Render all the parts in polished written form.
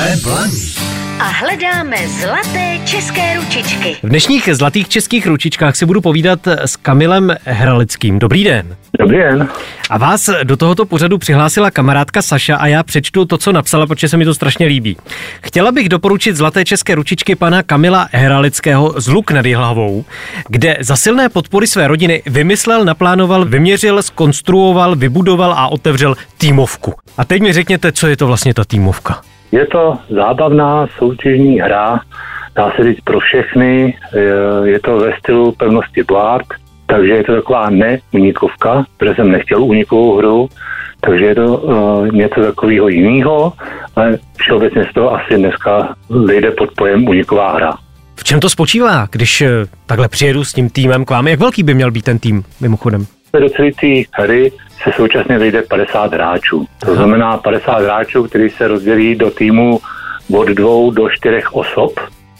Jsme Blaník. A hledáme zlaté české ručičky. V dnešních zlatých českých ručičkách si budu povídat s Kamilem Hralickým. Dobrý den. Dobrý den. A vás do tohoto pořadu přihlásila kamarádka Saša a já přečtu to, co napsala, protože se mi to strašně líbí. Chtěla bych doporučit zlaté české ručičky pana Kamila Hralického z Luk nad Jihlavou, kde za silné podpory své rodiny vymyslel, naplánoval, vyměřil, zkonstruoval, vybudoval a otevřel týmovku. A teď mi řekněte, co je to vlastně ta týmovka. Je to zábavná soutěžní hra, dá se říct pro všechny, je to ve stylu pevnosti Board, takže je to taková neunikovka, protože jsem nechtěl unikovou hru, takže je to něco takového jiného, ale všeobecně z toho asi dneska jde pod pojem uniková hra. V čem to spočívá, když takhle přijedu s tím týmem k vám? Jak velký by měl být ten tým, mimochodem? Do celé té hry se současně vejde 50 hráčů. To znamená 50 hráčů, kteří se rozdělí do týmu od 2 do 4 osob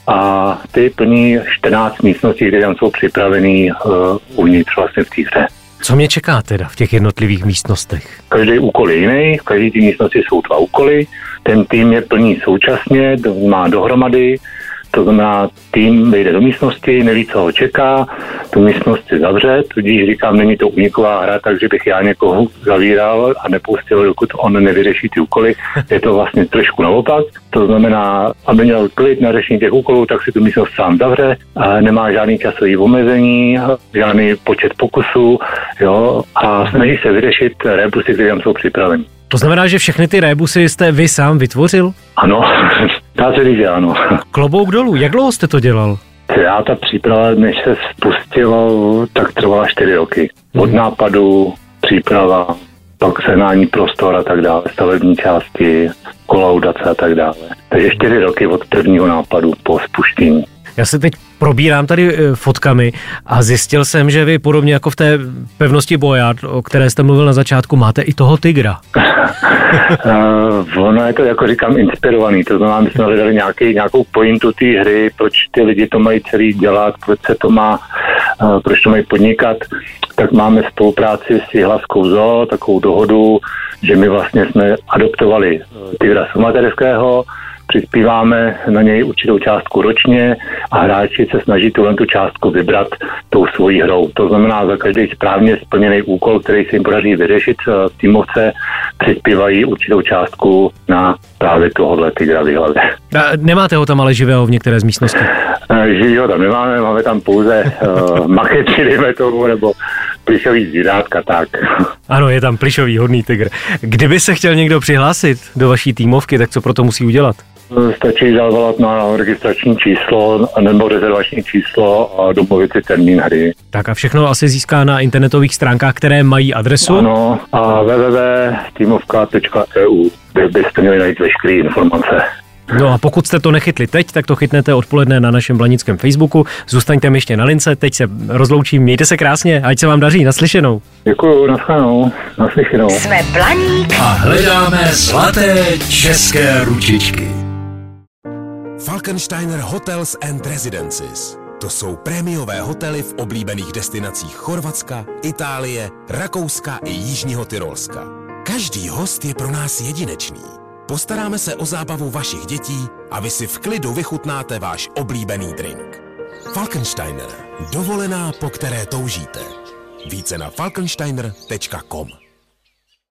a ty plní 14 místností, kde tam jsou připravený uvnitř vlastně v té hře. Co mě čeká teda v těch jednotlivých místnostech? Každý úkol je jiný, v každé té místnosti jsou 2 úkoly, ten tým je plní současně, má dohromady. To znamená, tým vejde do místnosti, neví, co ho čeká, tu místnost si zavře, tudíž říkám, není to uniková hra, takže bych já někoho zavíral a nepustil, dokud on nevyřeší ty úkoly. Je to vlastně trošku naopak. To znamená, aby měl klid na řešení těch úkolů, tak si tu místnost sám zavře, nemá žádný časový omezení, žádný počet pokusů, jo, a snaží se vyřešit rebusy, které tam jsou připraveny. To znamená, že všechny ty rébusy jste vy sám vytvořil? Ano, dá se říct, že ano. Klobouk dolů, jak dlouho jste to dělal? Ta příprava, než se spustilo, tak trvala 4 roky. Od nápadu, příprava, pak sehnání prostor a tak dále, stavební části, kolaudace a tak dále. Takže 4 roky od prvního nápadu po spuštění. Já se teď probírám tady fotkami a zjistil jsem, že vy podobně jako v té pevnosti Boyard, o které jste mluvil na začátku, máte i toho tygra. Ono je to, jako říkám, inspirovaný. To znamená, my jsme hledali nějakou pointu té hry, proč ty lidi to mají celý dělat, proč to mají podnikat. Tak máme spolupráci s Jihlavskou zoo, takovou dohodu, že my vlastně jsme adoptovali tygra somaterského, přispíváme na něj určitou částku ročně a hráči se snaží tu částku vybrat tou svojí hrou. To znamená, za každý správně splněný úkol, který se jim podaří vyřešit v týmovce, přispívají určitou částku na právě tohohle tygra v Jihlavě. Nemáte ho tam ale živého v některé z místností? Živého tam nemáme, máme tam pouze makety, dejme tomu, nebo plišový zvířátka, tak. Ano, je tam plišový hodný tygr. Kdyby se chtěl někdo přihlásit do vaší týmovky, tak co pro to musí udělat? Stačí zavolat na registrační číslo nebo rezervační číslo a domluvit si termín hry. Tak a všechno asi získá na internetových stránkách, které mají adresu? Ano, a www.teamovka.eu, kde byste měli najít veškeré informace. No a pokud jste to nechytli teď, tak to chytnete odpoledne na našem blanickém Facebooku. Zůstaňte mi ještě na lince, teď se rozloučím, mějte se krásně, ať se vám daří, naslyšenou. Děkuju, naslyšenou. Jsme Blaník. A hledáme zlaté české ručičky. Falkensteiner Hotels and Residences. To jsou prémiové hotely v oblíbených destinacích Chorvatska, Itálie, Rakouska i Jižního Tyrolska. Každý host je pro nás jedinečný. Postaráme se o zábavu vašich dětí a vy si v klidu vychutnáte váš oblíbený drink. Falkensteiner. Dovolená, po které toužíte. Více na falkensteiner.com.